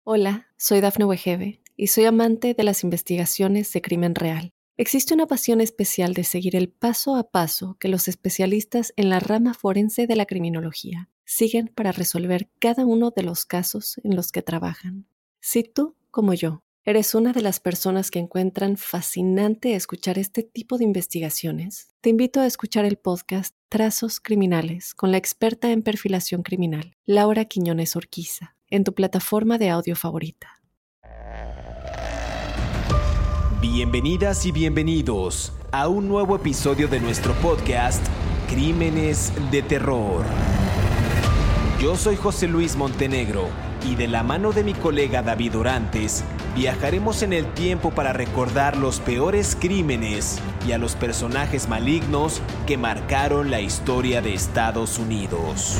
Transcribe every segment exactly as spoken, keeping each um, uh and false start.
Hola, soy Dafne Wegebe y soy amante de las investigaciones de crimen real. Existe una pasión especial de seguir el paso a paso que los especialistas en la rama forense de la criminología siguen para resolver cada uno de los casos en los que trabajan. Si tú, como yo, eres una de las personas que encuentran fascinante escuchar este tipo de investigaciones, te invito a escuchar el podcast Trazos Criminales con la experta en perfilación criminal, Laura Quiñones Orquiza, en tu plataforma de audio favorita. Bienvenidas y bienvenidos a un nuevo episodio de nuestro podcast Crímenes de Terror. Yo soy José Luis Montenegro y de la mano de mi colega David Orantes viajaremos en el tiempo para recordar los peores crímenes y a los personajes malignos que marcaron la historia de Estados Unidos.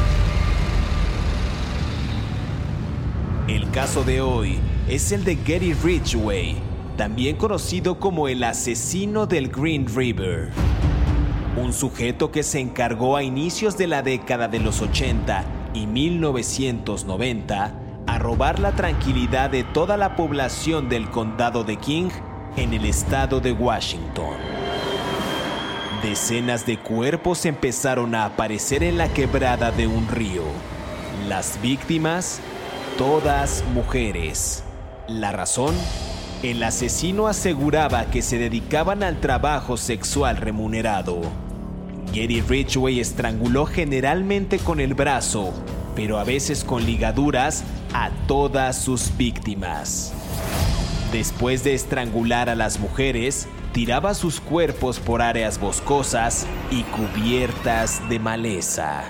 El caso de hoy es el de Gary Ridgway, también conocido como el asesino del Green River. Un sujeto que se encargó a inicios de la década de los ochenta y mil novecientos noventa a robar la tranquilidad de toda la población del condado de King en el estado de Washington. Decenas de cuerpos empezaron a aparecer en la quebrada de un río. Las víctimas, todas mujeres. ¿La razón? El asesino aseguraba que se dedicaban al trabajo sexual remunerado. Gary Ridgway estranguló generalmente con el brazo, pero a veces con ligaduras, a todas sus víctimas. Después de estrangular a las mujeres, tiraba sus cuerpos por áreas boscosas y cubiertas de maleza.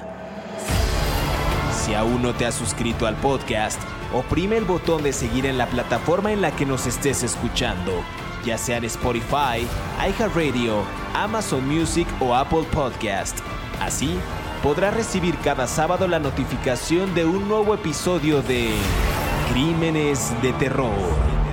Si aún no te has suscrito al podcast, oprime el botón de seguir en la plataforma en la que nos estés escuchando, ya sea en Spotify, iHeartRadio, Amazon Music o Apple Podcast. Así, podrás recibir cada sábado la notificación de un nuevo episodio de Crímenes de Terror.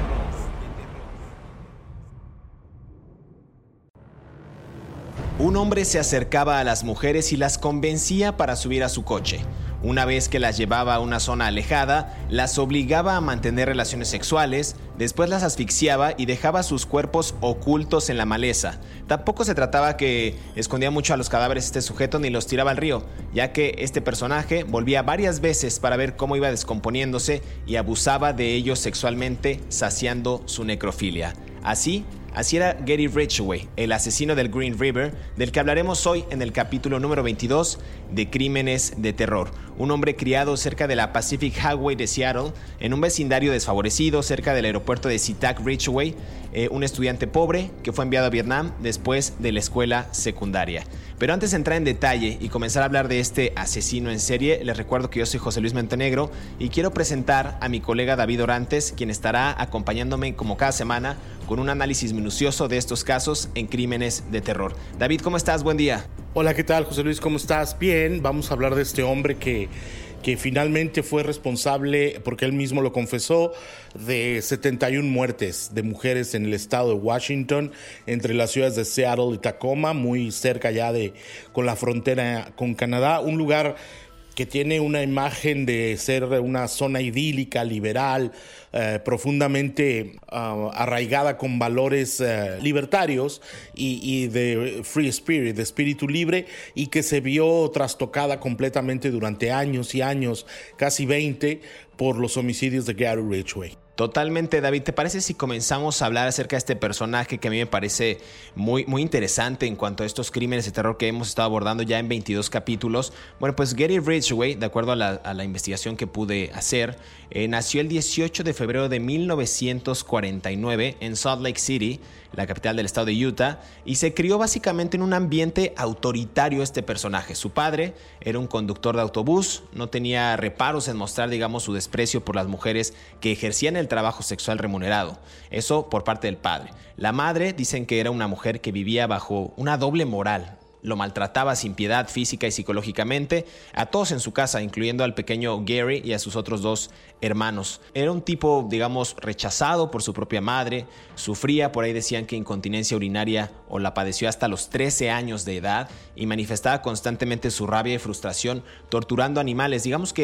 Un hombre se acercaba a las mujeres y las convencía para subir a su coche. Una vez que las llevaba a una zona alejada, las obligaba a mantener relaciones sexuales, después las asfixiaba y dejaba sus cuerpos ocultos en la maleza. Tampoco se trataba que escondía mucho a los cadáveres este sujeto ni los tiraba al río, ya que este personaje volvía varias veces para ver cómo iba descomponiéndose y abusaba de ellos sexualmente, saciando su necrofilia. Así, Así era Gary Ridgway, el asesino del Green River, del que hablaremos hoy en el capítulo número veintidós de Crímenes de Terror. Un hombre criado cerca de la Pacific Highway de Seattle, en un vecindario desfavorecido cerca del aeropuerto de SeaTac Ridgway, eh, un estudiante pobre que fue enviado a Vietnam después de la escuela secundaria. Pero antes de entrar en detalle y comenzar a hablar de este asesino en serie, les recuerdo que yo soy José Luis Montenegro y quiero presentar a mi colega David Orantes, quien estará acompañándome como cada semana con un análisis minucioso de estos casos en Crímenes de Terror. David, ¿cómo estás? Buen día. Hola, ¿qué tal, José Luis? ¿Cómo estás? Bien, vamos a hablar de este hombre que, que finalmente fue responsable, porque él mismo lo confesó, de setenta y una muertes de mujeres en el estado de Washington, entre las ciudades de Seattle y Tacoma, muy cerca ya de con la frontera con Canadá, un lugar que tiene una imagen de ser una zona idílica, liberal, eh, profundamente uh, arraigada con valores uh, libertarios y, y de free spirit, de espíritu libre, y que se vio trastocada completamente durante años y años, casi veinte, por los homicidios de Gary Ridgway. Totalmente, David. ¿Te parece si comenzamos a hablar acerca de este personaje que a mí me parece muy, muy interesante en cuanto a estos crímenes de terror que hemos estado abordando ya en veintidós capítulos? Bueno, pues Gary Ridgway, de acuerdo a la, a la investigación que pude hacer, eh, nació el dieciocho de febrero de mil novecientos cuarenta y nueve en Salt Lake City, la capital del estado de Utah, y se crió básicamente en un ambiente autoritario este personaje. Su padre era un conductor de autobús, no tenía reparos en mostrar, digamos, su desprecio por las mujeres que ejercían el trabajo sexual remunerado. Eso por parte del padre. La madre dicen que era una mujer que vivía bajo una doble moral. Lo maltrataba sin piedad física y psicológicamente a todos en su casa, incluyendo al pequeño Gary y a sus otros dos hermanos. Era un tipo, digamos, rechazado por su propia madre, sufría, por ahí decían que incontinencia urinaria o la padeció hasta los trece años de edad y manifestaba constantemente su rabia y frustración torturando animales. Digamos que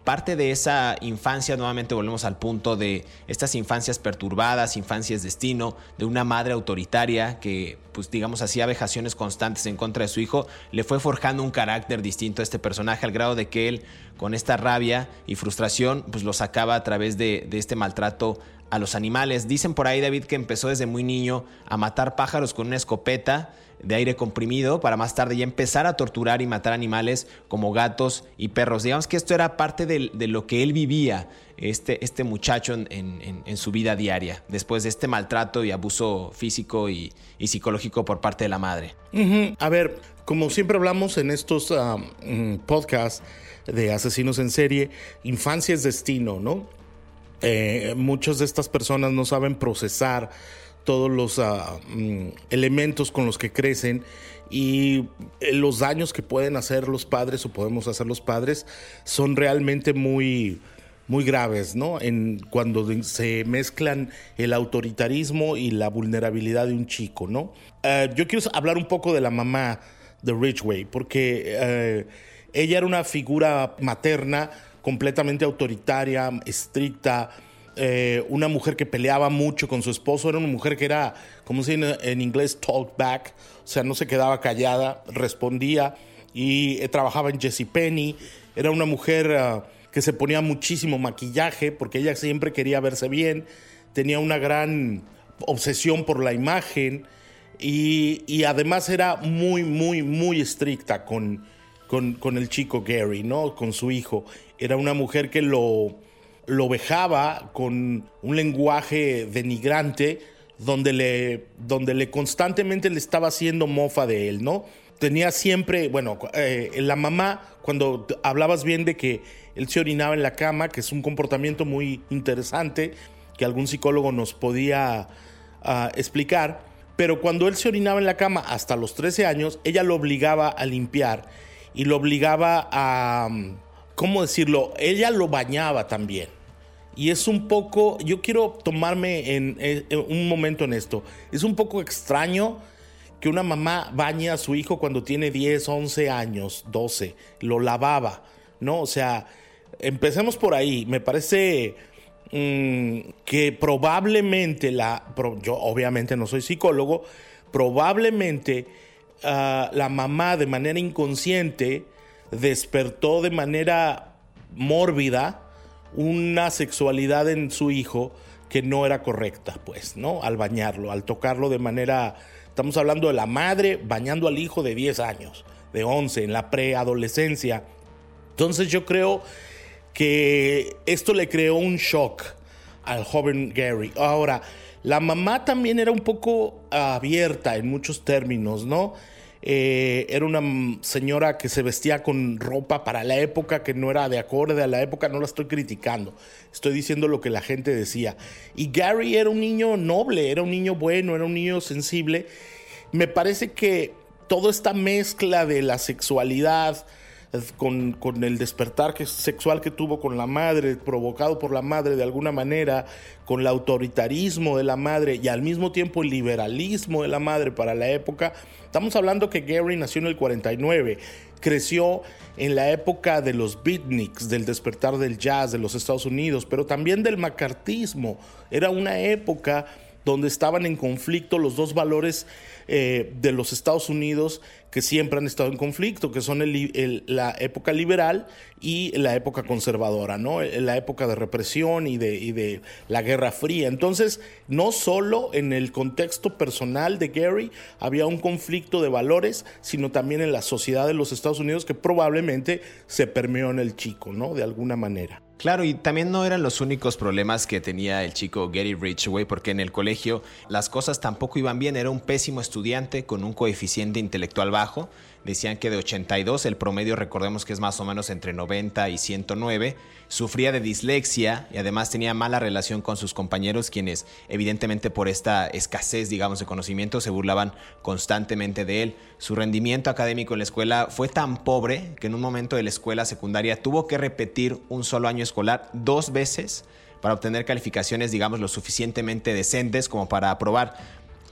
parte de esa infancia, nuevamente volvemos al punto de estas infancias perturbadas, infancias destino, de una madre autoritaria que, pues digamos, hacía vejaciones constantes en contra de su hijo, le fue forjando un carácter distinto a este personaje, al grado de que él, con esta rabia y frustración, pues lo sacaba a través de, de este maltrato a los animales. Dicen por ahí, David, que empezó desde muy niño a matar pájaros con una escopeta de aire comprimido para más tarde ya empezar a torturar y matar animales como gatos y perros. Digamos que esto era parte de, de lo que él vivía, este, este muchacho en, en, en su vida diaria, después de este maltrato y abuso físico y, y psicológico por parte de la madre. Uh-huh. A ver, como siempre hablamos en estos um, podcasts de asesinos en serie, infancia es destino, ¿no? Eh, muchas de estas personas no saben procesar todos los uh, mm, elementos con los que crecen y los daños que pueden hacer los padres o podemos hacer los padres son realmente muy, muy graves, ¿no? En, cuando se mezclan el autoritarismo y la vulnerabilidad de un chico, ¿no? Uh, yo quiero hablar un poco de la mamá de Ridgway, porque uh, ella era una figura materna completamente autoritaria, estricta, eh, una mujer que peleaba mucho con su esposo, era una mujer que era, como se dice en inglés, talk back, o sea, no se quedaba callada, respondía y eh, trabajaba en JCPenney, era una mujer uh, que se ponía muchísimo maquillaje porque ella siempre quería verse bien, tenía una gran obsesión por la imagen y, y además era muy, muy, muy estricta con, con, con el chico Gary, ¿no? Con su hijo. Era una mujer que lo, lo vejaba con un lenguaje denigrante donde le, donde le constantemente le estaba haciendo mofa de él, ¿no? Tenía siempre, bueno, eh, la mamá, cuando hablabas bien de que él se orinaba en la cama, que es un comportamiento muy interesante, que algún psicólogo nos podía uh, explicar, pero cuando él se orinaba en la cama hasta los trece años, ella lo obligaba a limpiar y lo obligaba a, ¿cómo decirlo? Ella lo bañaba también. Y es un poco, yo quiero tomarme en, en, en un momento en esto, es un poco extraño que una mamá bañe a su hijo cuando tiene diez, once años, doce, lo lavaba, ¿no? O sea, empecemos por ahí. Me parece mmm, que probablemente, la, yo obviamente no soy psicólogo, probablemente uh, la mamá de manera inconsciente despertó de manera mórbida una sexualidad en su hijo que no era correcta, pues, ¿no? Al bañarlo, al tocarlo de manera... Estamos hablando de la madre bañando al hijo de diez años, de once, en la preadolescencia. Entonces yo creo que esto le creó un shock al joven Gary. Ahora, la mamá también era un poco abierta en muchos términos, ¿no? Eh, era una señora que se vestía con ropa para la época que no era de acorde a la época. No la estoy criticando, estoy diciendo lo que la gente decía. Y Gary era un niño noble, era un niño bueno, era un niño sensible. Me parece que toda esta mezcla de la sexualidad con, con el despertar que, sexual que tuvo con la madre, provocado por la madre de alguna manera, con el autoritarismo de la madre y al mismo tiempo el liberalismo de la madre para la época. Estamos hablando que Gary nació en el cuarenta y nueve, creció en la época de los beatniks, del despertar del jazz de los Estados Unidos, pero también del macartismo. Era una época donde estaban en conflicto los dos valores eh, de los Estados Unidos que siempre han estado en conflicto, que son el, el, la época liberal y la época conservadora, ¿no? La época de represión y de, y de la Guerra Fría. Entonces, no solo en el contexto personal de Gary había un conflicto de valores, sino también en la sociedad de los Estados Unidos que probablemente se permeó en el chico, ¿no? De alguna manera. Claro, y también no eran los únicos problemas que tenía el chico Gary Ridgway, porque en el colegio las cosas tampoco iban bien. Era un pésimo estudiante con un coeficiente intelectual bajo. Decían que de ochenta y dos, el promedio, recordemos que es más o menos entre noventa y ciento nueve. Sufría de dislexia y además tenía mala relación con sus compañeros, quienes evidentemente por esta escasez, digamos, de conocimiento se burlaban constantemente de él. Su rendimiento académico en la escuela fue tan pobre que en un momento de la escuela secundaria tuvo que repetir un solo año escolar dos veces para obtener calificaciones, digamos, lo suficientemente decentes como para aprobar.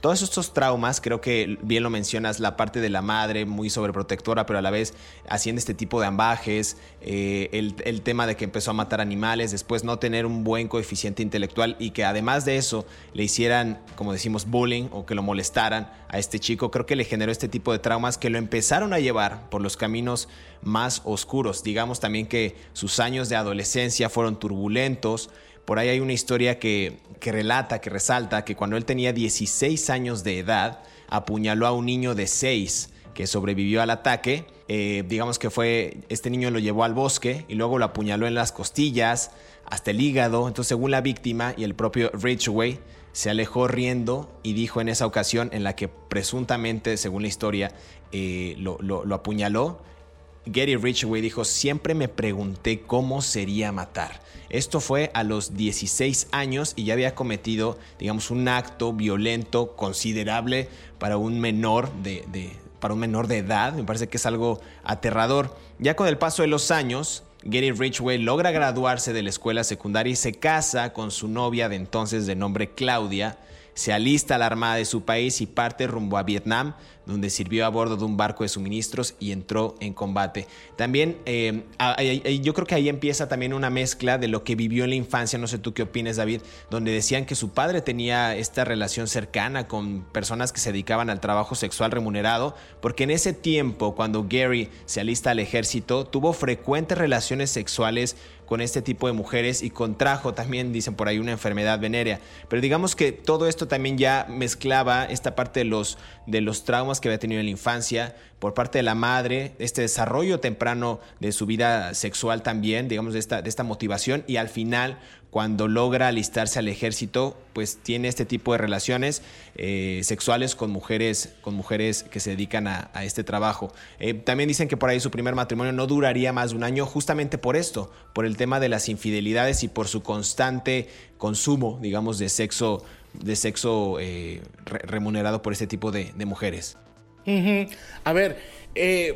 todos estos traumas, creo que bien lo mencionas, la parte de la madre muy sobreprotectora, pero a la vez haciendo este tipo de ambajes, eh, el, el tema de que empezó a matar animales, después no tener un buen coeficiente intelectual y que además de eso le hicieran, como decimos, bullying o que lo molestaran a este chico, creo que le generó este tipo de traumas que lo empezaron a llevar por los caminos más oscuros. Digamos también que sus años de adolescencia fueron turbulentos. Por ahí hay una historia que, que relata, que resalta que cuando él tenía dieciséis años de edad, apuñaló a un niño de seis que sobrevivió al ataque. Eh, digamos que fue, este niño lo llevó al bosque y luego lo apuñaló en las costillas, hasta el hígado. Entonces, según la víctima y el propio Ridgway, se alejó riendo y dijo en esa ocasión en la que presuntamente, según la historia, eh, lo, lo, lo apuñaló, Gary Ridgway dijo: siempre me pregunté cómo sería matar. Esto fue a los dieciséis años y ya había cometido, digamos, un acto violento considerable para un menor de, de, para un menor de edad. Me parece que es algo aterrador. Ya con el paso de los años, Gary Ridgway logra graduarse de la escuela secundaria y se casa con su novia de entonces de nombre Claudia. Se alista a la armada de su país y parte rumbo a Vietnam, donde sirvió a bordo de un barco de suministros y entró en combate. También eh, yo creo que ahí empieza también una mezcla de lo que vivió en la infancia. No sé tú qué opinas, David, donde decían que su padre tenía esta relación cercana con personas que se dedicaban al trabajo sexual remunerado, porque en ese tiempo, cuando Gary se alista al ejército, tuvo frecuentes relaciones sexuales con este tipo de mujeres y contrajo también, dicen por ahí, una enfermedad venérea. Pero digamos que todo esto también ya mezclaba esta parte de los, de los traumas que había tenido en la infancia por parte de la madre, este desarrollo temprano de su vida sexual también, digamos, de esta, de esta motivación, y al final, cuando logra alistarse al ejército, pues tiene este tipo de relaciones eh, sexuales con mujeres, con mujeres que se dedican a, a este trabajo. Eh, también dicen que por ahí su primer matrimonio no duraría más de un año, justamente por esto, por el tema de las infidelidades y por su constante consumo, digamos, de sexo, de sexo eh, re- remunerado por este tipo de, de mujeres. Uh-huh. A ver, eh,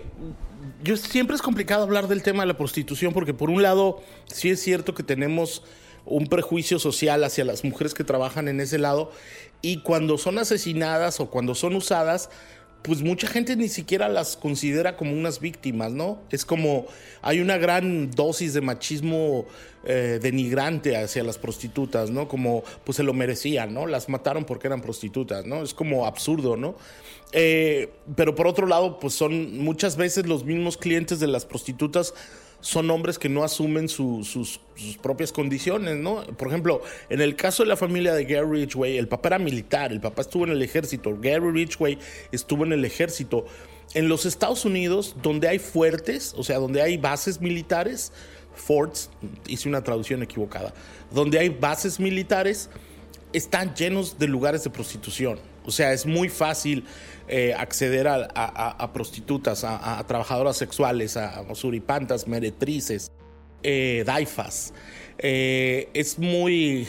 yo siempre es complicado hablar del tema de la prostitución porque por un lado sí es cierto que tenemos un prejuicio social hacia las mujeres que trabajan en ese lado, y cuando son asesinadas o cuando son usadas, pues mucha gente ni siquiera las considera como unas víctimas, ¿no? Es como hay una gran dosis de machismo eh, denigrante hacia las prostitutas, ¿no? Como pues se lo merecían, ¿no? Las mataron porque eran prostitutas, ¿no? Es como absurdo, ¿no? Eh, pero por otro lado, pues son muchas veces los mismos clientes de las prostitutas son hombres que no asumen su, sus, sus propias condiciones, ¿no? Por ejemplo, en el caso de la familia de Gary Ridgway, el papá era militar, el papá estuvo en el ejército, Gary Ridgway estuvo en el ejército. En los Estados Unidos, donde hay fuertes, o sea, donde hay bases militares, forts, hice una traducción equivocada, donde hay bases militares, están llenos de lugares de prostitución. O sea, es muy fácil eh, acceder a, a, a prostitutas, a, a trabajadoras sexuales, a, a suripantas, meretrices, eh, daifas. Eh, es muy,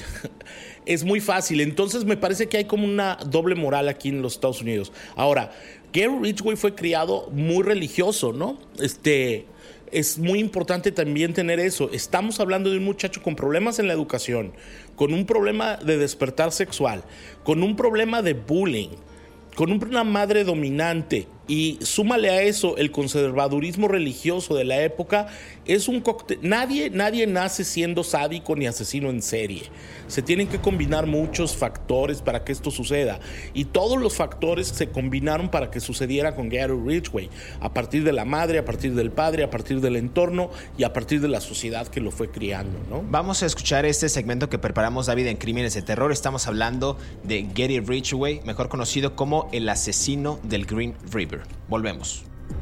es muy fácil. Entonces me parece que hay como una doble moral aquí en los Estados Unidos. Ahora, Gary Ridgway fue criado muy religioso, ¿no? Este... Es muy importante también tener eso. Estamos hablando de un muchacho con problemas en la educación, con un problema de despertar sexual, con un problema de bullying, con una madre dominante, y súmale a eso el conservadurismo religioso de la época. Es un cóctel. Nadie, nadie nace siendo sádico ni asesino en serie. Se tienen que combinar muchos factores para que esto suceda, y todos los factores se combinaron para que sucediera con Gary Ridgway, a partir de la madre, a partir del padre, a partir del entorno y a partir de la sociedad que lo fue criando, ¿no? Vamos a escuchar este segmento que preparamos, David, en Crímenes de Terror. Estamos hablando de Gary Ridgway, mejor conocido como el asesino del Green River. Volvemos.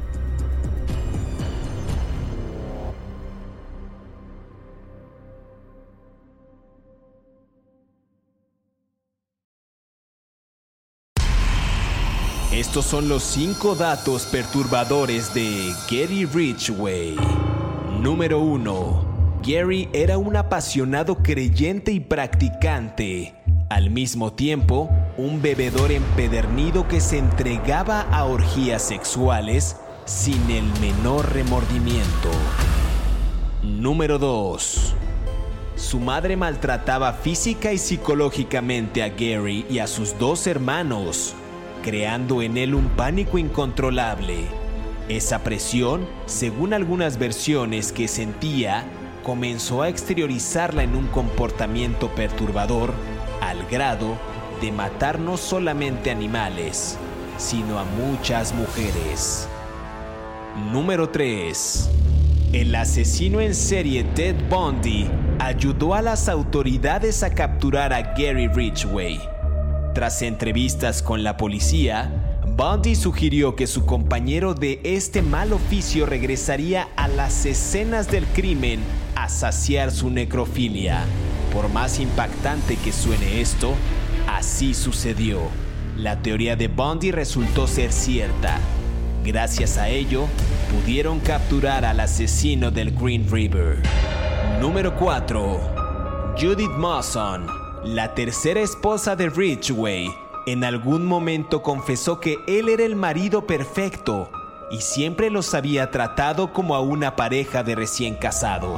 Estos son los cinco datos perturbadores de Gary Ridgway. Número uno. Gary era un apasionado creyente y practicante. Al mismo tiempo, un bebedor empedernido que se entregaba a orgías sexuales sin el menor remordimiento. Número dos. su madre maltrataba física y psicológicamente a Gary y a sus dos hermanos, creando en él un pánico incontrolable. Esa presión, según algunas versiones que sentía, comenzó a exteriorizarla en un comportamiento perturbador, al grado de matar no solamente animales, sino a muchas mujeres. Número tres. El asesino en serie Ted Bundy ayudó a las autoridades a capturar a Gary Ridgway. Tras entrevistas con la policía, Bundy sugirió que su compañero de este mal oficio regresaría a las escenas del crimen a saciar su necrofilia. Por más impactante que suene esto, así sucedió. La teoría de Bundy resultó ser cierta. Gracias a ello, pudieron capturar al asesino del Green River. Número cuatro. Judith Mason, la tercera esposa de Ridgway, en algún momento confesó que él era el marido perfecto y siempre los había tratado como a una pareja de recién casados.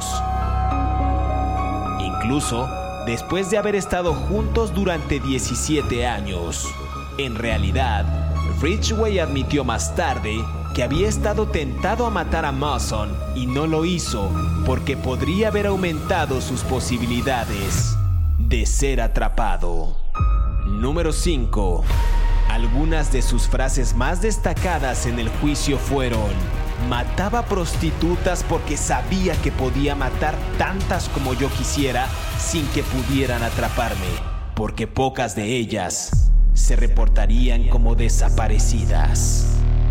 Incluso después de haber estado juntos durante diecisiete años. En realidad, Ridgway admitió más tarde que había estado tentado a matar a Mason y no lo hizo porque podría haber aumentado sus posibilidades de ser atrapado. Número cinco. Algunas de sus frases más destacadas en el juicio fueron: mataba prostitutas porque sabía que podía matar tantas como yo quisiera sin que pudieran atraparme, porque pocas de ellas se reportarían como desaparecidas.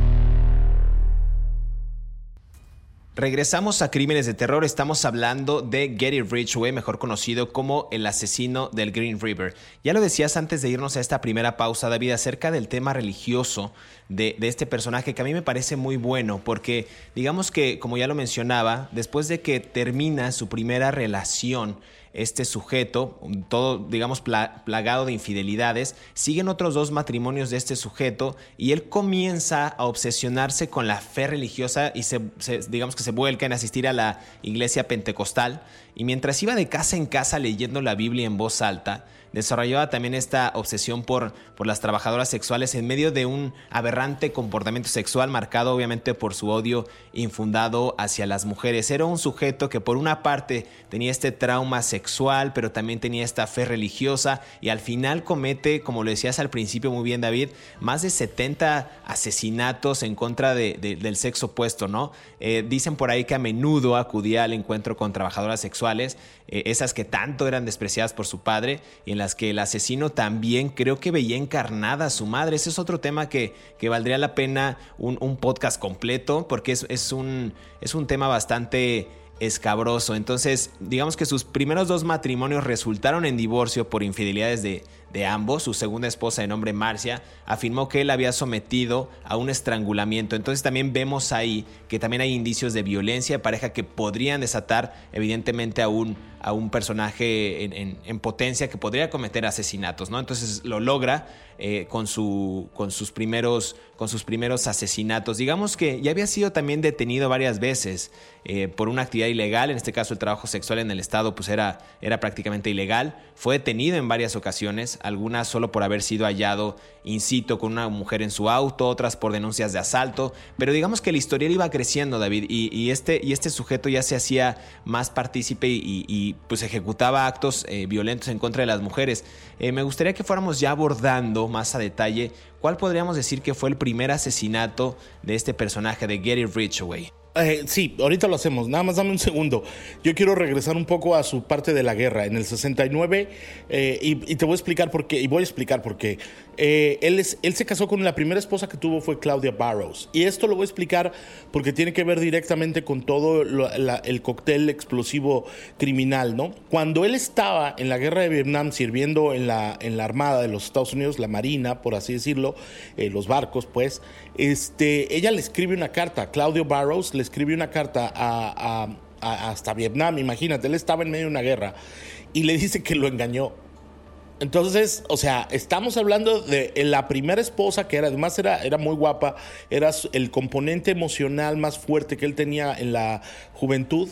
Regresamos a Crímenes de Terror. Estamos hablando de Gary Ridgway, mejor conocido como el asesino del Green River. Ya lo decías antes de irnos a esta primera pausa, David, acerca del tema religioso de, de este personaje, que a mí me parece muy bueno, porque digamos que, como ya lo mencionaba, después de que termina su primera relación, este sujeto, todo, digamos, pla- plagado de infidelidades, siguen otros dos matrimonios de este sujeto y él comienza a obsesionarse con la fe religiosa y se, se, digamos que se vuelca en asistir a la iglesia pentecostal. Y mientras iba de casa en casa leyendo la Biblia en voz alta, desarrollaba también esta obsesión por, por las trabajadoras sexuales en medio de un aberrante comportamiento sexual marcado obviamente por su odio infundado hacia las mujeres. Era un sujeto que por una parte tenía este trauma sexual, pero también tenía esta fe religiosa y al final comete, como lo decías al principio muy bien, David, más de setenta asesinatos en contra de, de, del sexo opuesto, ¿no? Eh, dicen por ahí que a menudo acudía al encuentro con trabajadoras sexuales, eh, esas que tanto eran despreciadas por su padre y en las que el asesino también creo que veía encarnada a su madre. Ese es otro tema que, que valdría la pena un, un podcast completo, porque es, es, un, es un tema bastante escabroso. Entonces, digamos que sus primeros dos matrimonios resultaron en divorcio por infidelidades de, de ambos. Su segunda esposa, de nombre Marcia, afirmó que él había sometido a un estrangulamiento. Entonces también vemos ahí que también hay indicios de violencia de pareja que podrían desatar evidentemente a un, a un personaje en, en, en potencia que podría cometer asesinatos, ¿no? Entonces lo logra eh, con, su, con, sus primeros, con sus primeros asesinatos. Digamos que ya había sido también detenido varias veces eh, por una actividad ilegal. En este caso el trabajo sexual en el estado pues era, era prácticamente ilegal. Fue detenido en varias ocasiones, algunas solo por haber sido hallado in situ con una mujer en su auto, otras por denuncias de asalto, pero digamos que el historial iba creciendo, David, y, y, este, y este sujeto ya se hacía más partícipe y, y pues ejecutaba actos eh, violentos en contra de las mujeres. Eh, me gustaría que fuéramos ya abordando más a detalle cuál podríamos decir que fue el primer asesinato de este personaje de Gary Ridgway. Eh, sí, ahorita lo hacemos. Nada más dame un segundo. Yo quiero regresar un poco a su parte de la guerra. En el sesenta y nueve, eh, y, y te voy a explicar por qué. Y voy a explicar por qué. Eh, él, es, él se casó con la primera esposa que tuvo fue Claudia Barrows. Y esto lo voy a explicar porque tiene que ver directamente con todo lo, la, el cóctel explosivo criminal, ¿no? Cuando él estaba en la guerra de Vietnam sirviendo en la, en la Armada de los Estados Unidos, la Marina, por así decirlo, eh, los barcos, pues, este, ella le escribe una carta. Claudia Barrows le escribe una carta a, a, a, hasta Vietnam, imagínate, él estaba en medio de una guerra y le dice que lo engañó. Entonces, o sea, estamos hablando de la primera esposa que era, además era, era muy guapa, era el componente emocional más fuerte que él tenía en la juventud.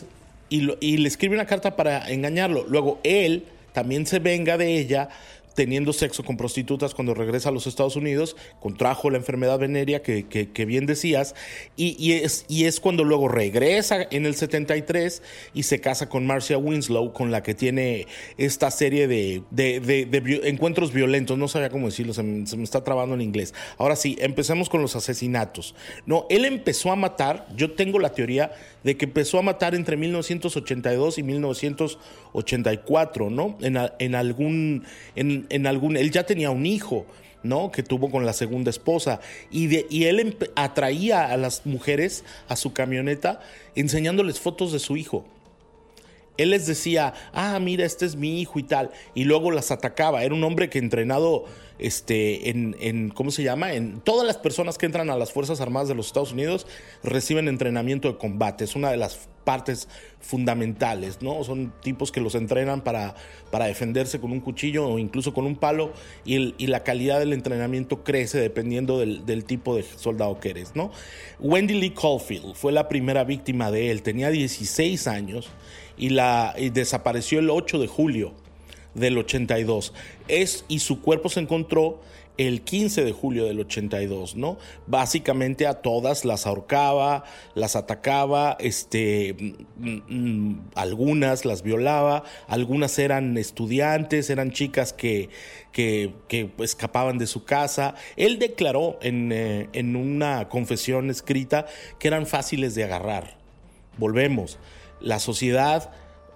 y, lo, y le escribe una carta para engañarlo. Luego él también se venga de ella teniendo sexo con prostitutas cuando regresa a los Estados Unidos, contrajo la enfermedad venérea que, que, que bien decías, y, y, es, y es cuando luego regresa en el setenta y tres y se casa con Marcia Winslow, con la que tiene esta serie de, de, de, de, de encuentros violentos. No sabía cómo decirlo, se me, se me está trabando en inglés. Ahora sí, empecemos con los asesinatos. No, él empezó a matar, yo tengo la teoría de que empezó a matar entre mil novecientos ochenta y dos y mil novecientos ochenta y cuatro, ¿no? En, en algún... En, en algún... Él ya tenía un hijo, ¿no? Que tuvo con la segunda esposa. Y, de, y él atraía a las mujeres a su camioneta enseñándoles fotos de su hijo. Él les decía, ah, mira, este es mi hijo y tal. Y luego las atacaba. Era un hombre que entrenado este, en, en, ¿cómo se llama? En todas las personas que entran a las Fuerzas Armadas de los Estados Unidos reciben entrenamiento de combate. Es una de las partes fundamentales, ¿no? Son tipos que los entrenan para, para defenderse con un cuchillo o incluso con un palo, y, el, y la calidad del entrenamiento crece dependiendo del, del tipo de soldado que eres, ¿no? Wendy Lee Caulfield fue la primera víctima de él. Tenía dieciséis años y, la, y desapareció el ocho de julio del ochenta y dos. Es, y su cuerpo se encontró el quince de julio del ochenta y dos, ¿no? Básicamente a todas las ahorcaba, las atacaba, este, mm, mm, algunas las violaba, algunas eran estudiantes, eran chicas que, que, que escapaban de su casa. Él declaró en, eh, en una confesión escrita que eran fáciles de agarrar. Volvemos, la sociedad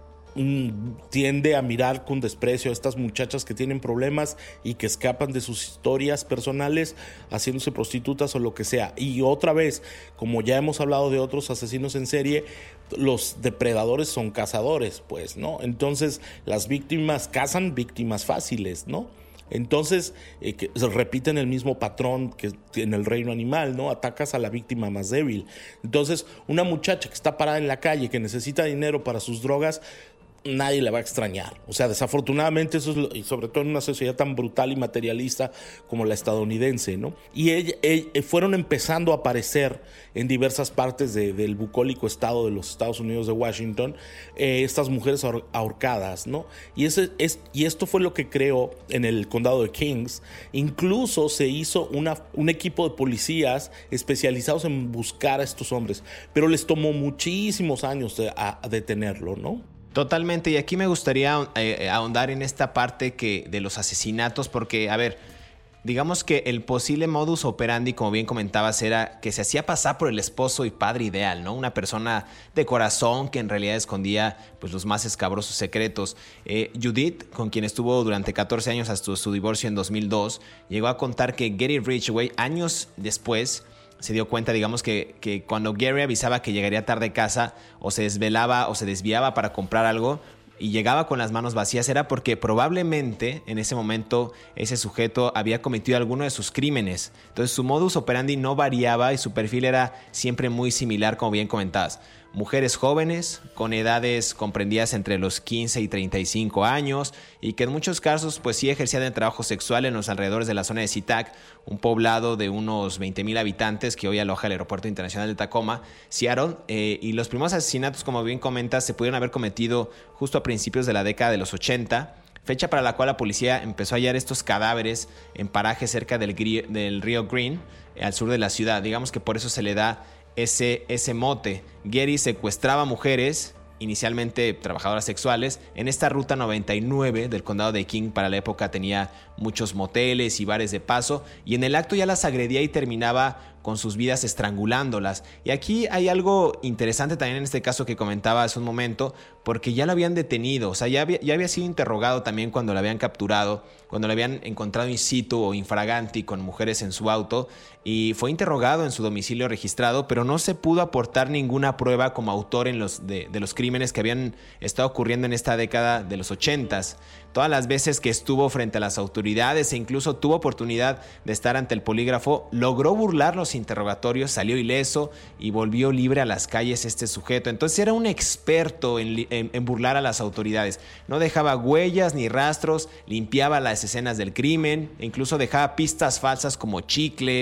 tiende a mirar con desprecio a estas muchachas que tienen problemas y que escapan de sus historias personales haciéndose prostitutas o lo que sea. Y otra vez, como ya hemos hablado de otros asesinos en serie, los depredadores son cazadores, pues, ¿no? Entonces las víctimas cazan víctimas fáciles, ¿no? Entonces, eh, que se repiten el mismo patrón que en el reino animal, ¿no? Atacas a la víctima más débil. Entonces, una muchacha que está parada en la calle, que necesita dinero para sus drogas, nadie la va a extrañar. O sea, desafortunadamente eso es lo, y sobre todo en una sociedad tan brutal y materialista como la estadounidense, ¿no? Y ella, ella, fueron empezando a aparecer en diversas partes de, del bucólico estado de los Estados Unidos de Washington, eh, estas mujeres ahor, ahorcadas, ¿no? Y, ese, es, y esto fue lo que creó en el condado de Kings. Incluso se hizo una, un equipo de policías especializados en buscar a estos hombres, pero les tomó muchísimos años de, a, a detenerlo, ¿no? Totalmente, y aquí me gustaría eh, ahondar en esta parte que, de los asesinatos, porque, a ver, digamos que el posible modus operandi, como bien comentabas, era que se hacía pasar por el esposo y padre ideal, ¿no? Una persona de corazón que en realidad escondía pues, los más escabrosos secretos. Eh, Judith, con quien estuvo durante catorce años hasta su divorcio en dos mil dos, llegó a contar que Gary Ridgway, años después, se dio cuenta, digamos, que, que cuando Gary avisaba que llegaría tarde a casa, o se desvelaba o se desviaba para comprar algo y llegaba con las manos vacías, era porque probablemente en ese momento ese sujeto había cometido alguno de sus crímenes. Entonces su modus operandi no variaba y su perfil era siempre muy similar, como bien comentabas. Mujeres jóvenes, con edades comprendidas entre los quince y treinta y cinco años, y que en muchos casos pues sí ejercían el trabajo sexual en los alrededores de la zona de SeaTac, un poblado de unos veinte mil habitantes que hoy aloja el Aeropuerto Internacional de Tacoma, Seattle, eh, y los primeros asesinatos, como bien comentas, se pudieron haber cometido justo a principios de la década de los ochenta, fecha para la cual la policía empezó a hallar estos cadáveres en parajes cerca del, del río Green, al sur de la ciudad. Digamos que por eso se le da Ese, ese mote. Gary secuestraba mujeres, inicialmente trabajadoras sexuales, en esta ruta noventa y nueve del condado de King. Para la época tenía muchos moteles y bares de paso, y en el acto ya las agredía y terminaba con sus vidas estrangulándolas. Y aquí hay algo interesante también en este caso que comentaba hace un momento, porque ya lo habían detenido, o sea, ya había, ya había sido interrogado también cuando lo habían capturado, cuando lo habían encontrado in situ o infraganti con mujeres en su auto, y fue interrogado en su domicilio registrado, pero no se pudo aportar ninguna prueba como autor en los de, de los crímenes que habían estado ocurriendo en esta década de los ochentas. Todas las veces que estuvo frente a las autoridades e incluso tuvo oportunidad de estar ante el polígrafo, logró burlar los interrogatorios, salió ileso y volvió libre a las calles este sujeto. Entonces era un experto en, en, en burlar a las autoridades. No dejaba huellas ni rastros, limpiaba las escenas del crimen e incluso dejaba pistas falsas como chicles,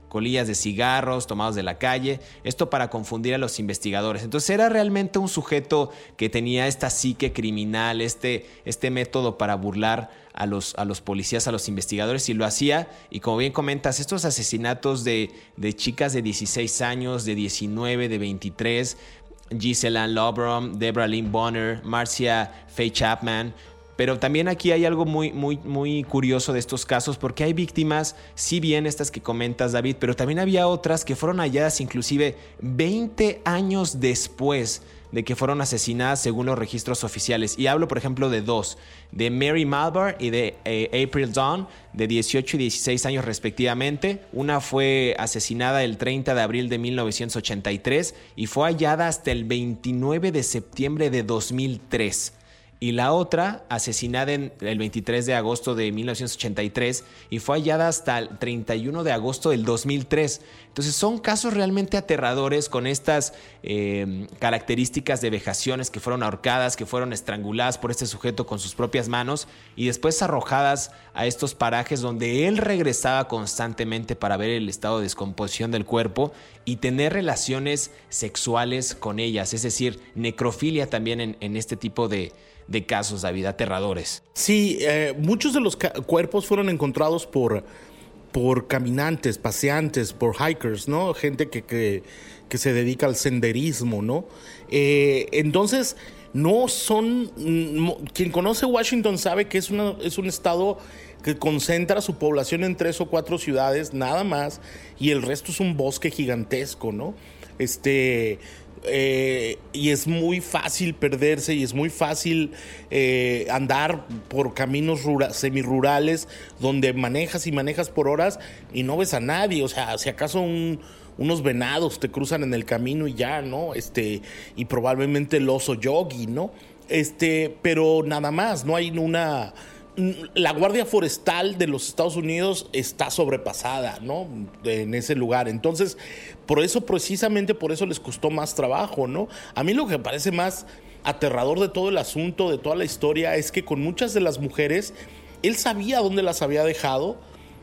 colillas de cigarros tomados de la calle, esto para confundir a los investigadores. Entonces era realmente un sujeto que tenía esta psique criminal, este, este método para burlar a los, a los policías, a los investigadores, y lo hacía. Y como bien comentas, estos asesinatos de, de chicas de dieciséis años, de diecinueve, de veintitrés, Gisela Lobrom, Deborah Lynn Bonner, Marcia Faye Chapman. Pero también aquí hay algo muy, muy, muy curioso de estos casos, porque hay víctimas, si bien estas que comentas, David, pero también había otras que fueron halladas inclusive veinte años después de que fueron asesinadas según los registros oficiales. Y hablo, por ejemplo, de dos, de Mary Malvar y de eh, April Dawn, de dieciocho y dieciséis años respectivamente. Una fue asesinada el treinta de abril de mil novecientos ochenta y tres y fue hallada hasta el veintinueve de septiembre de dos mil tres. Y la otra, asesinada en el veintitrés de agosto de mil novecientos ochenta y tres y fue hallada hasta el treinta y uno de agosto del dos mil tres. Entonces son casos realmente aterradores con estas eh, características de vejaciones, que fueron ahorcadas, que fueron estranguladas por este sujeto con sus propias manos y después arrojadas a estos parajes donde él regresaba constantemente para ver el estado de descomposición del cuerpo y tener relaciones sexuales con ellas, es decir, necrofilia también en, en este tipo de... de casos, David, aterradores. Sí, eh, muchos de los ca- cuerpos fueron encontrados por, por caminantes, paseantes, por hikers, ¿no? Gente que, que, que se dedica al senderismo, ¿no? Eh, entonces, no son... No, quien conoce Washington sabe que es, una, es un estado que concentra su población en tres o cuatro ciudades, nada más, y el resto es un bosque gigantesco, ¿no? Este... Eh, y es muy fácil perderse y es muy fácil eh, andar por caminos rura, semirurales donde manejas y manejas por horas y no ves a nadie. O sea, si acaso un, unos venados te cruzan en el camino y ya, ¿no? Este, y probablemente el oso yogi, ¿no? Este, pero nada más, no hay una... La Guardia Forestal de los Estados Unidos está sobrepasada, ¿no? En ese lugar. Entonces, por eso, precisamente por eso les costó más trabajo, ¿no? A mí lo que me parece más aterrador de todo el asunto, de toda la historia, es que con muchas de las mujeres, él sabía dónde las había dejado,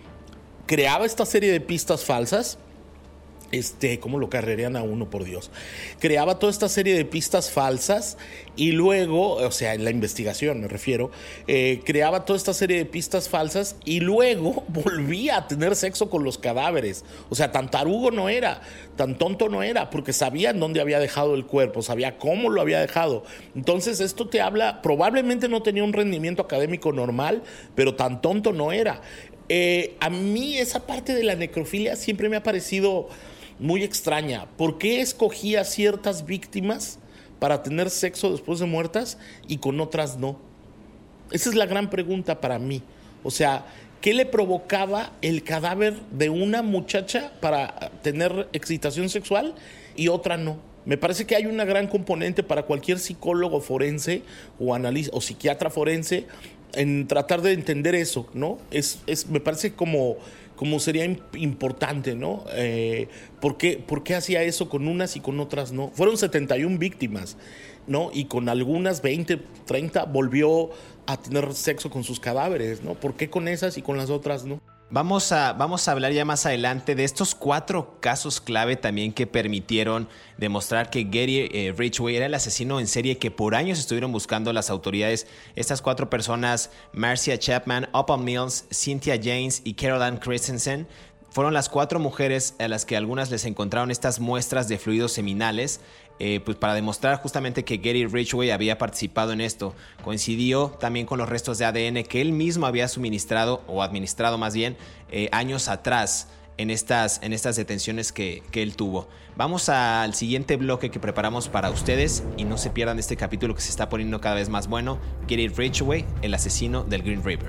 creaba esta serie de pistas falsas. Este, ¿cómo lo carrerean a uno, por Dios? Creaba toda esta serie de pistas falsas y luego, o sea, en la investigación me refiero, eh, creaba toda esta serie de pistas falsas y luego volvía a tener sexo con los cadáveres. O sea, tan tarugo no era, tan tonto no era, porque sabía en dónde había dejado el cuerpo, sabía cómo lo había dejado. Entonces, esto te habla, probablemente no tenía un rendimiento académico normal, pero tan tonto no era. Eh, a mí esa parte de la necrofilia siempre me ha parecido muy extraña. ¿Por qué escogía ciertas víctimas para tener sexo después de muertas y con otras no? Esa es la gran pregunta para mí. O sea, ¿qué le provocaba el cadáver de una muchacha para tener excitación sexual y otra no? Me parece que hay una gran componente para cualquier psicólogo forense o analista o psiquiatra forense en tratar de entender eso, ¿no? Es, es, me parece como, como sería importante, ¿no? Eh, ¿por qué, ¿Por qué hacía eso con unas y con otras no? Fueron setenta y una víctimas, ¿no? Y con algunas veinte, treinta volvió a tener sexo con sus cadáveres, ¿no? ¿Por qué con esas y con las otras no? Vamos a, vamos a hablar ya más adelante de estos cuatro casos clave también que permitieron demostrar que Gary eh, Ridgway era el asesino en serie que por años estuvieron buscando las autoridades. Estas cuatro personas, Marcia Chapman, Opal Mills, Cynthia James y Caroline Christensen, fueron las cuatro mujeres a las que algunas les encontraron estas muestras de fluidos seminales, eh, pues para demostrar justamente que Gary Ridgway había participado en esto. Coincidió también con los restos de A D N que él mismo había suministrado, o administrado más bien, eh, años atrás en estas, en estas detenciones que, que él tuvo. Vamos al siguiente bloque que preparamos para ustedes y no se pierdan este capítulo que se está poniendo cada vez más bueno. Gary Ridgway, el asesino del Green River.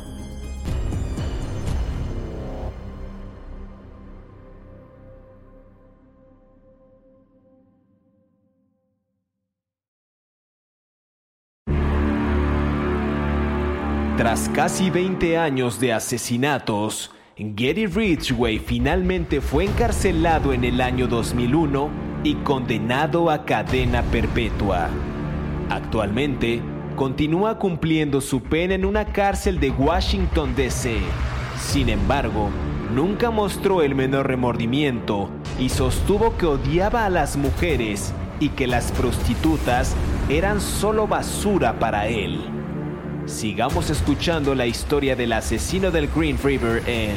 Tras casi veinte años de asesinatos, Gary Ridgway finalmente fue encarcelado en el año dos mil uno y condenado a cadena perpetua. Actualmente, continúa cumpliendo su pena en una cárcel de Washington, D C Sin embargo, nunca mostró el menor remordimiento y sostuvo que odiaba a las mujeres y que las prostitutas eran solo basura para él. Sigamos escuchando la historia del asesino del Green River en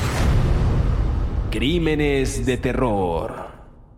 Crímenes de Terror.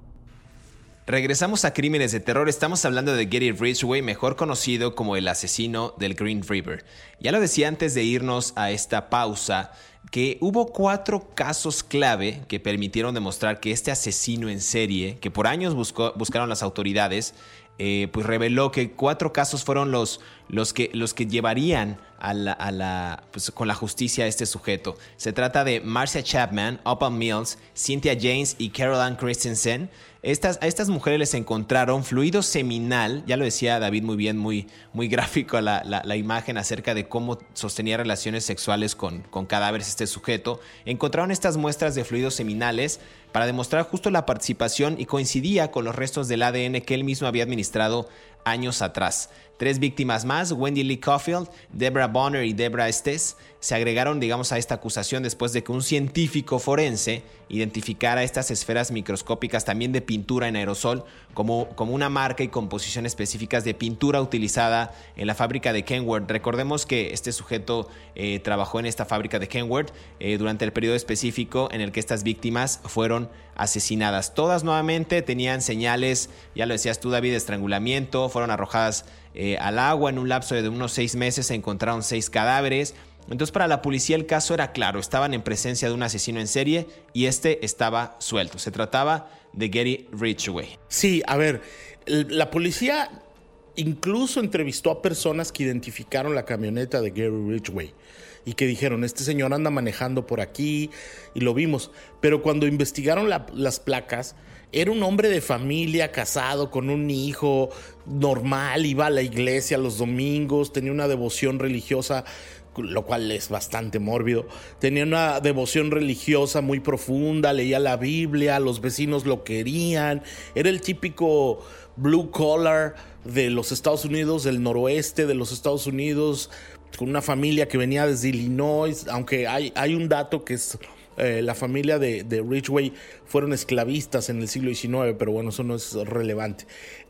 Regresamos a Crímenes de Terror. Estamos hablando de Gary Ridgway, mejor conocido como el asesino del Green River. Ya lo decía antes de irnos a esta pausa, que hubo cuatro casos clave que permitieron demostrar que este asesino en serie, que por años buscó, buscaron las autoridades, eh, pues reveló que cuatro casos fueron los, los, que, los que llevarían a la, a la, pues con la justicia a este sujeto. Se trata de Marcia Chapman, Opal Mills, Cynthia James y Caroline Christensen. Estas, a estas mujeres les encontraron fluido seminal, ya lo decía David muy bien, muy, muy gráfico la, la, la imagen acerca de cómo sostenía relaciones sexuales con, con cadáveres este sujeto. Encontraron estas muestras de fluidos seminales para demostrar justo la participación y coincidía con los restos del A D N que él mismo había administrado años atrás. Tres víctimas más, Wendy Lee Caulfield, Deborah Bonner y Deborah Estes, se agregaron, digamos, a esta acusación después de que un científico forense identificara estas esferas microscópicas también de pintura en aerosol como, como una marca y composición específicas de pintura utilizada en la fábrica de Kenworth. Recordemos que este sujeto eh, trabajó en esta fábrica de Kenworth eh, durante el periodo específico en el que estas víctimas fueron asesinadas. Todas nuevamente tenían señales, ya lo decías tú, David, de estrangulamiento, fueron arrojadas eh, al agua. En un lapso de unos seis meses se encontraron seis cadáveres. Entonces, para la policía el caso era claro, estaban en presencia de un asesino en serie y este estaba suelto. Se trataba de Gary Ridgway. Sí, a ver, la policía incluso entrevistó a personas que identificaron la camioneta de Gary Ridgway y que dijeron, este señor anda manejando por aquí, y lo vimos. Pero cuando investigaron la, las placas, era un hombre de familia, casado, con un hijo, normal, iba a la iglesia los domingos, tenía una devoción religiosa, lo cual es bastante mórbido. Tenía una devoción religiosa muy profunda, leía la Biblia, los vecinos lo querían. Era el típico blue collar de los Estados Unidos, del noroeste de los Estados Unidos, con una familia que venía desde Illinois, aunque hay, hay un dato que es... Eh, la familia de, de Ridgway fueron esclavistas en el siglo diecinueve, pero bueno, eso no es relevante.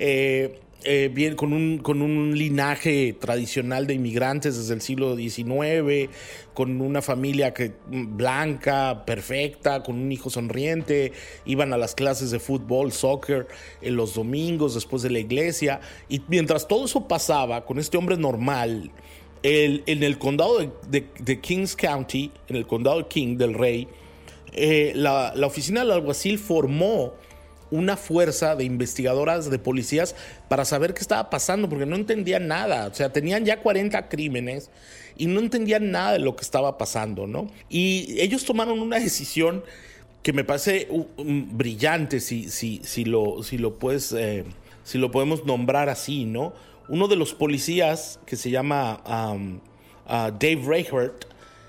Eh, eh, bien, con un, con un linaje tradicional de inmigrantes desde el siglo diecinueve, con una familia que, blanca, perfecta, con un hijo sonriente, iban a las clases de fútbol, soccer, en los domingos después de la iglesia, y mientras todo eso pasaba con este hombre normal, El, en el condado de, de, de Kings County, en el condado de King, del Rey, eh, la, la oficina del alguacil formó una fuerza de investigadoras, de policías, para saber qué estaba pasando, porque no entendían nada. O sea, tenían ya cuarenta crímenes y no entendían nada de lo que estaba pasando, ¿no? Y ellos tomaron una decisión que me parece uh, um, brillante, si, si, si, lo, si, lo puedes, eh, si lo podemos nombrar así, ¿no? Uno de los policías, que se llama um, uh, Dave Reichert,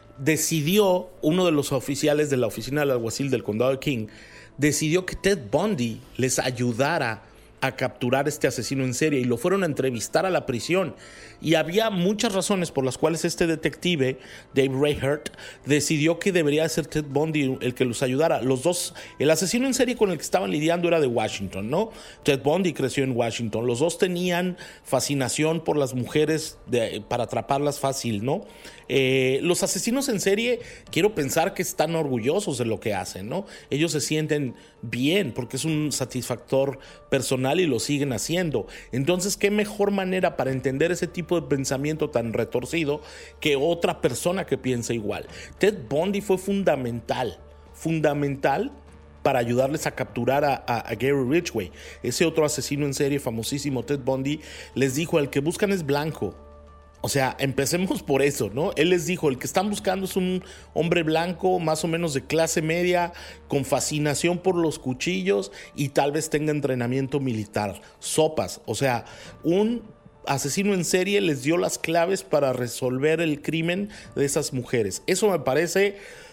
decidió, uno de los oficiales de la oficina del alguacil del condado de King, decidió que Ted Bundy les ayudara a capturar este asesino en serie y lo fueron a entrevistar a la prisión. Y había muchas razones por las cuales este detective, Dave Reichert, decidió que debería ser Ted Bundy el que los ayudara. Los dos, el asesino en serie con el que estaban lidiando era de Washington, ¿no? Ted Bundy creció en Washington. Los dos tenían fascinación por las mujeres de, para atraparlas fácil, ¿no? Eh, los asesinos en serie, quiero pensar que están orgullosos de lo que hacen, ¿no? Ellos se sienten bien porque es un satisfactor personal y lo siguen haciendo. Entonces, ¿qué mejor manera para entender ese tipo de pensamiento tan retorcido que otra persona que piensa igual? Ted Bundy fue fundamental, fundamental para ayudarles a capturar a, a, a Gary Ridgway. Ese otro asesino en serie famosísimo, Ted Bundy, les dijo, el que buscan es blanco. O sea, empecemos por eso, ¿no? Él les dijo, el que están buscando es un hombre blanco, más o menos de clase media, con fascinación por los cuchillos y tal vez tenga entrenamiento militar. Sopas, o sea, un asesino en serie les dio las claves para resolver el crimen de esas mujeres. Eso me parece,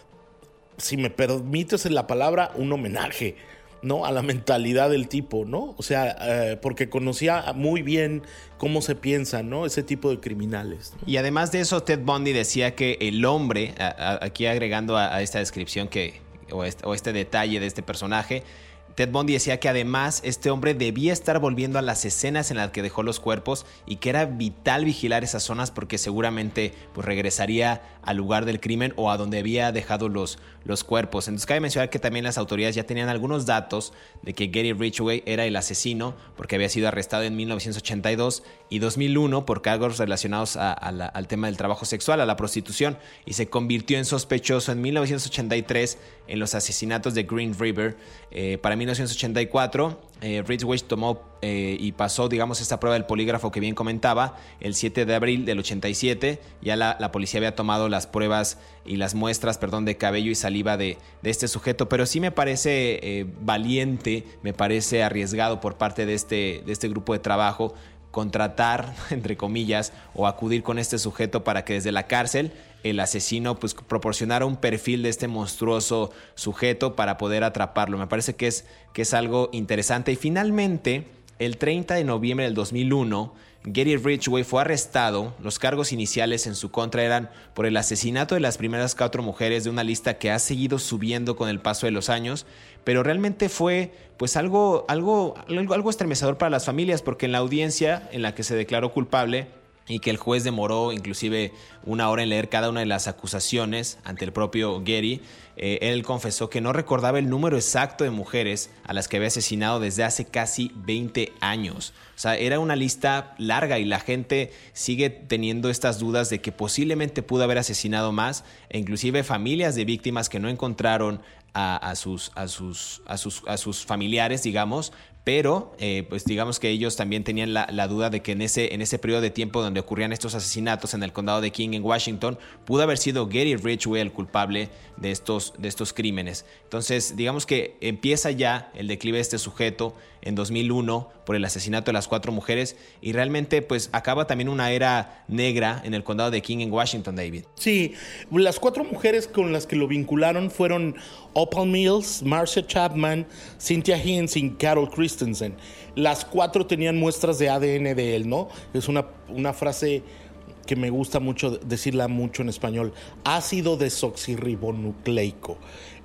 si me permites la palabra, un homenaje, ¿no? A la mentalidad del tipo, ¿no? O sea, eh, porque conocía muy bien cómo se piensa, ¿no? Ese tipo de criminales, ¿no? Y además de eso, Ted Bundy decía que el hombre, a, a, aquí agregando a, a esta descripción que o este, o este detalle de este personaje. Ted Bundy decía que además este hombre debía estar volviendo a las escenas en las que dejó los cuerpos y que era vital vigilar esas zonas porque seguramente pues, regresaría al lugar del crimen o a donde había dejado los, los cuerpos. Entonces cabe mencionar que también las autoridades ya tenían algunos datos de que Gary Ridgway era el asesino porque había sido arrestado en mil novecientos ochenta y dos y dos mil uno por cargos relacionados a, a la, al tema del trabajo sexual, a la prostitución, y se convirtió en sospechoso en mil novecientos ochenta y tres en los asesinatos de Green River. Eh, para mil novecientos ochenta y cuatro, eh, Ridgway tomó eh, y pasó, digamos, esta prueba del polígrafo que bien comentaba. El siete de abril del ochenta y siete, ya la, la policía había tomado las pruebas y las muestras, perdón, de cabello y saliva de, de este sujeto. Pero sí me parece eh, valiente, me parece arriesgado por parte de este, de este grupo de trabajo contratar, entre comillas, o acudir con este sujeto para que desde la cárcel el asesino pues proporcionara un perfil de este monstruoso sujeto para poder atraparlo. Me parece que es, que es algo interesante. Y finalmente, el treinta de noviembre del dos mil uno, Gary Ridgway fue arrestado. Los cargos iniciales en su contra eran por el asesinato de las primeras cuatro mujeres de una lista que ha seguido subiendo con el paso de los años, pero realmente fue pues algo, algo, algo, algo estremecedor para las familias, porque en la audiencia en la que se declaró culpable y que el juez demoró inclusive una hora en leer cada una de las acusaciones ante el propio Gary, eh, él confesó que no recordaba el número exacto de mujeres a las que había asesinado desde hace casi veinte años. O sea, era una lista larga y la gente sigue teniendo estas dudas de que posiblemente pudo haber asesinado más, e inclusive familias de víctimas que no encontraron a, a, sus, a, sus, a, sus, a sus familiares, digamos, pero eh, pues digamos que ellos también tenían la, la duda de que en ese, en ese periodo de tiempo donde ocurrían estos asesinatos en el condado de King en Washington, pudo haber sido Gary Ridgway el culpable de estos, de estos crímenes. Entonces digamos que empieza ya el declive de este sujeto en dos mil uno por el asesinato de las cuatro mujeres, y realmente pues acaba también una era negra en el condado de King en Washington, David. Sí, las cuatro mujeres con las que lo vincularon fueron Opal Mills, Marcia Chapman, Cynthia Hinds y Carol Christensen. Las cuatro tenían muestras de A D N de él, ¿no? Es una, una frase que me gusta mucho decirla mucho en español: ácido desoxirribonucleico.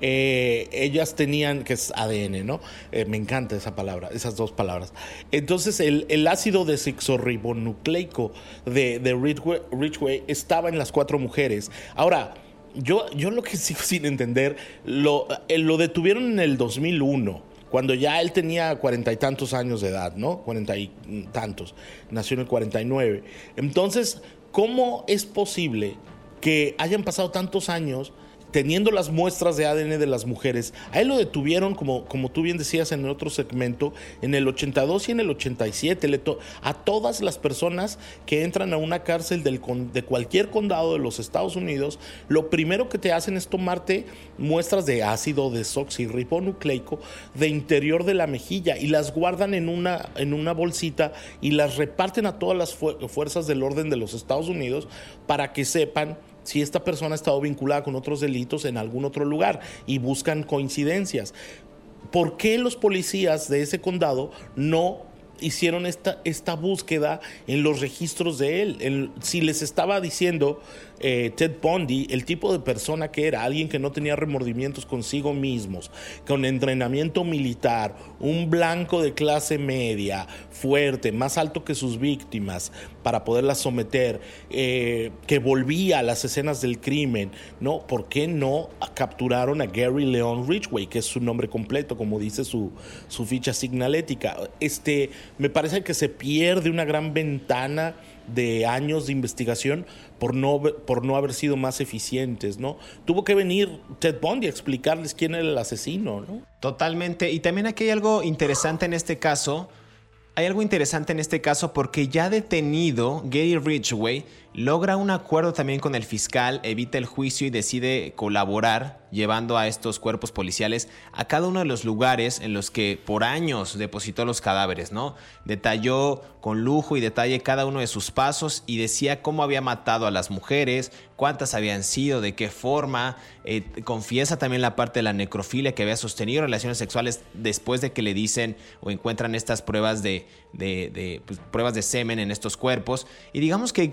Eh, ellas tenían, que es A D N, ¿no? Eh, me encanta esa palabra, esas dos palabras. Entonces el, el ácido desoxirribonucleico de, de Ridgway, Ridgway estaba en las cuatro mujeres. Ahora, yo, yo lo que sigo sin entender, lo, eh, lo detuvieron en el dos mil uno, cuando ya él tenía cuarenta y tantos años de edad, ¿no? Cuarenta y tantos. Nació en el cuarenta y nueve. Entonces, ¿cómo es posible que hayan pasado tantos años teniendo las muestras de A D N de las mujeres? A él lo detuvieron, como, como tú bien decías en el otro segmento, en el ochenta y dos y en el ochenta y siete. Le to- a todas las personas que entran a una cárcel del con- de cualquier condado de los Estados Unidos, lo primero que te hacen es tomarte muestras de ácido desoxirribonucleico de interior de la mejilla y las guardan en una, en una bolsita y las reparten a todas las fu- fuerzas del orden de los Estados Unidos para que sepan si esta persona ha estado vinculada con otros delitos en algún otro lugar, y buscan coincidencias. ¿Por qué los policías de ese condado no hicieron esta, esta búsqueda en los registros de él? El, si les estaba diciendo eh, Ted Bundy, el tipo de persona que era, alguien que no tenía remordimientos consigo mismos, con entrenamiento militar, un blanco de clase media, fuerte, más alto que sus víctimas para poderlas someter, eh, que volvía a las escenas del crimen, ¿no? ¿Por qué no capturaron a Gary Leon Ridgway, que es su nombre completo, como dice su, su ficha signalética? Este, me parece que se pierde una gran ventana de años de investigación por no, por no haber sido más eficientes, ¿no? Tuvo que venir Ted Bundy a explicarles quién era el asesino, ¿no? Totalmente. Y también aquí hay algo interesante en este caso. Hay algo interesante en este caso porque ya detenido, Gary Ridgway logra un acuerdo también con el fiscal, evita el juicio y decide colaborar, llevando a estos cuerpos policiales a cada uno de los lugares en los que por años depositó los cadáveres, ¿no? Detalló con lujo y detalle cada uno de sus pasos y decía cómo había matado a las mujeres, cuántas habían sido, de qué forma. Eh, confiesa también la parte de la necrofilia, que había sostenido relaciones sexuales después de que le dicen o encuentran estas pruebas de, de, de pues, pruebas de semen en estos cuerpos. Y digamos que Gary Ridgway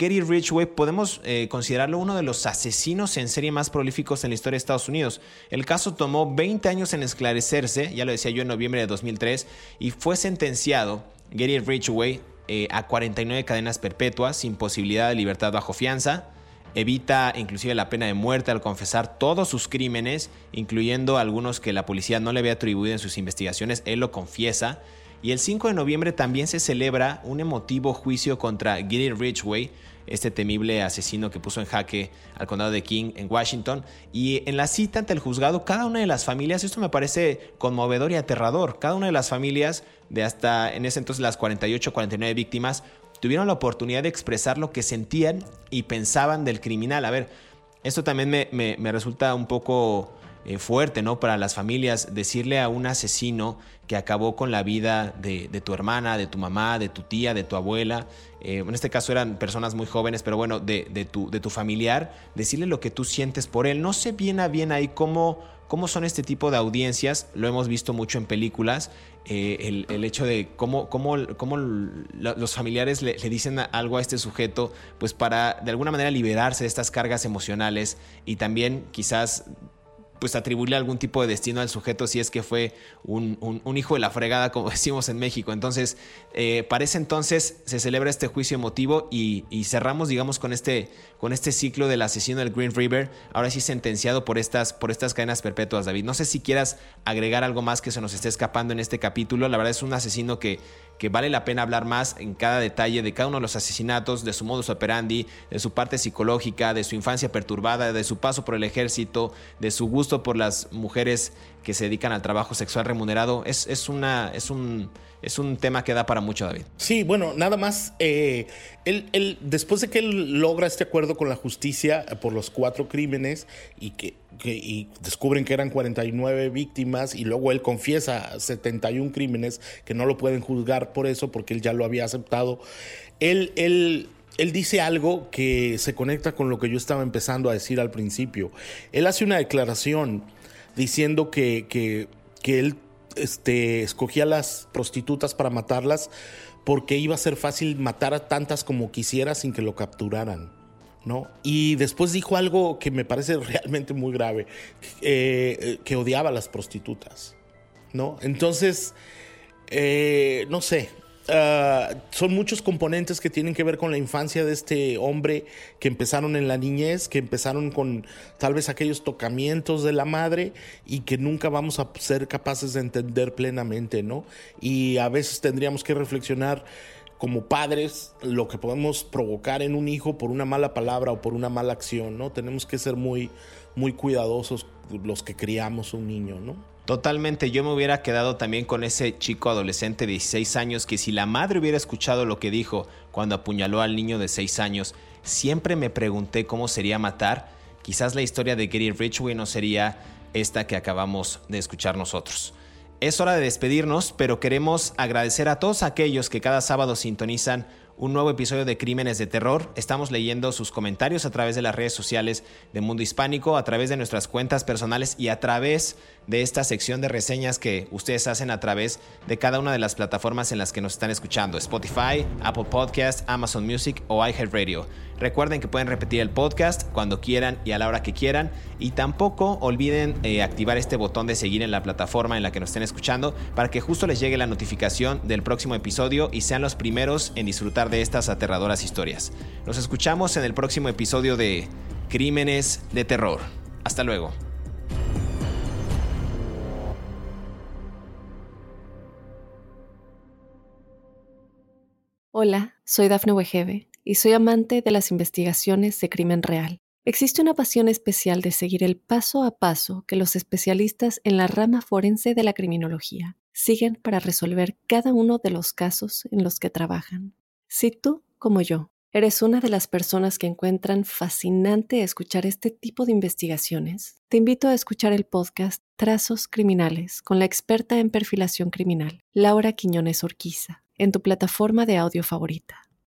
Ridgway podemos eh, considerarlo uno de los asesinos en serie más prolíficos en la historia de Estados Unidos. El caso tomó veinte años en esclarecerse, ya lo decía yo, en noviembre de dos mil tres, y fue sentenciado Gary Ridgway eh, a cuarenta y nueve cadenas perpetuas sin posibilidad de libertad bajo fianza. Evita inclusive la pena de muerte al confesar todos sus crímenes, incluyendo algunos que la policía no le había atribuido en sus investigaciones. Él lo confiesa. Y el cinco de noviembre también se celebra un emotivo juicio contra Gary Ridgway, este temible asesino que puso en jaque al condado de King en Washington. Y en la cita ante el juzgado, cada una de las familias, esto me parece conmovedor y aterrador, cada una de las familias de hasta en ese entonces las cuarenta y ocho, cuarenta y nueve víctimas tuvieron la oportunidad de expresar lo que sentían y pensaban del criminal. A ver, esto también me, me, me resulta un poco eh, fuerte, ¿no? Para las familias, decirle a un asesino que acabó con la vida de, de tu hermana, de tu mamá, de tu tía, de tu abuela. Eh, en este caso eran personas muy jóvenes, pero bueno, de, de, tu, de tu familiar, decirle lo que tú sientes por él. No sé bien a bien ahí cómo, cómo son este tipo de audiencias. Lo hemos visto mucho en películas. Eh, el, el hecho de cómo, cómo, cómo los familiares le, le dicen algo a este sujeto, pues para de alguna manera liberarse de estas cargas emocionales y también quizás pues atribuirle algún tipo de destino al sujeto si es que fue un, un, un hijo de la fregada, como decimos en México. Entonces, eh, para ese entonces se celebra este juicio emotivo y, y cerramos, digamos, con este, con este ciclo del asesino del Green River, ahora sí sentenciado por estas, por estas cadenas perpetuas, David. No sé si quieras agregar algo más que se nos esté escapando en este capítulo. La verdad es un asesino que, que vale la pena hablar más en cada detalle de cada uno de los asesinatos, de su modus operandi, de su parte psicológica, de su infancia perturbada, de su paso por el ejército, de su gusto por las mujeres que se dedican al trabajo sexual remunerado. Es, es, una, es, un, es un tema que da para mucho, David. Sí, bueno, nada más. Eh, él, él, después de que él logra este acuerdo con la justicia por los cuatro crímenes y que, que y descubren que eran cuarenta y nueve víctimas y luego él confiesa setenta y uno crímenes que no lo pueden juzgar por eso porque él ya lo había aceptado, él... él Él dice algo que se conecta con lo que yo estaba empezando a decir al principio. Él hace una declaración diciendo que, que, que él este, escogía a las prostitutas para matarlas porque iba a ser fácil matar a tantas como quisiera sin que lo capturaran, ¿no? Y después dijo algo que me parece realmente muy grave, eh, que odiaba a las prostitutas, ¿no? Entonces, eh, no sé... Uh, son muchos componentes que tienen que ver con la infancia de este hombre, que empezaron en la niñez, que empezaron con tal vez aquellos tocamientos de la madre y que nunca vamos a ser capaces de entender plenamente, ¿no? Y a veces tendríamos que reflexionar como padres lo que podemos provocar en un hijo por una mala palabra o por una mala acción, ¿no? Tenemos que ser muy, muy cuidadosos los que criamos un niño, ¿no? Totalmente, yo me hubiera quedado también con ese chico adolescente de dieciséis años que si la madre hubiera escuchado lo que dijo cuando apuñaló al niño de seis años, siempre me pregunté cómo sería matar. Quizás la historia de Gary Ridgway no sería esta que acabamos de escuchar nosotros. Es hora de despedirnos, pero queremos agradecer a todos aquellos que cada sábado sintonizan un nuevo episodio de Crímenes de Terror. Estamos leyendo sus comentarios a través de las redes sociales de Mundo Hispánico, a través de nuestras cuentas personales y a través de esta sección de reseñas que ustedes hacen a través de cada una de las plataformas en las que nos están escuchando: Spotify, Apple Podcast, Amazon Music o iHeartRadio. Recuerden que pueden repetir el podcast cuando quieran y a la hora que quieran, y tampoco olviden eh, activar este botón de seguir en la plataforma en la que nos estén escuchando para que justo les llegue la notificación del próximo episodio y sean los primeros en disfrutar de estas aterradoras historias. Nos escuchamos en el próximo episodio de Crímenes de Terror. Hasta luego. Hola, soy Dafne Wegebe y soy amante de las investigaciones de crimen real. Existe una pasión especial de seguir el paso a paso que los especialistas en la rama forense de la criminología siguen para resolver cada uno de los casos en los que trabajan. Si tú, como yo, eres una de las personas que encuentran fascinante escuchar este tipo de investigaciones, te invito a escuchar el podcast Trazos Criminales con la experta en perfilación criminal, Laura Quiñones Orquiza, en tu plataforma de audio favorita.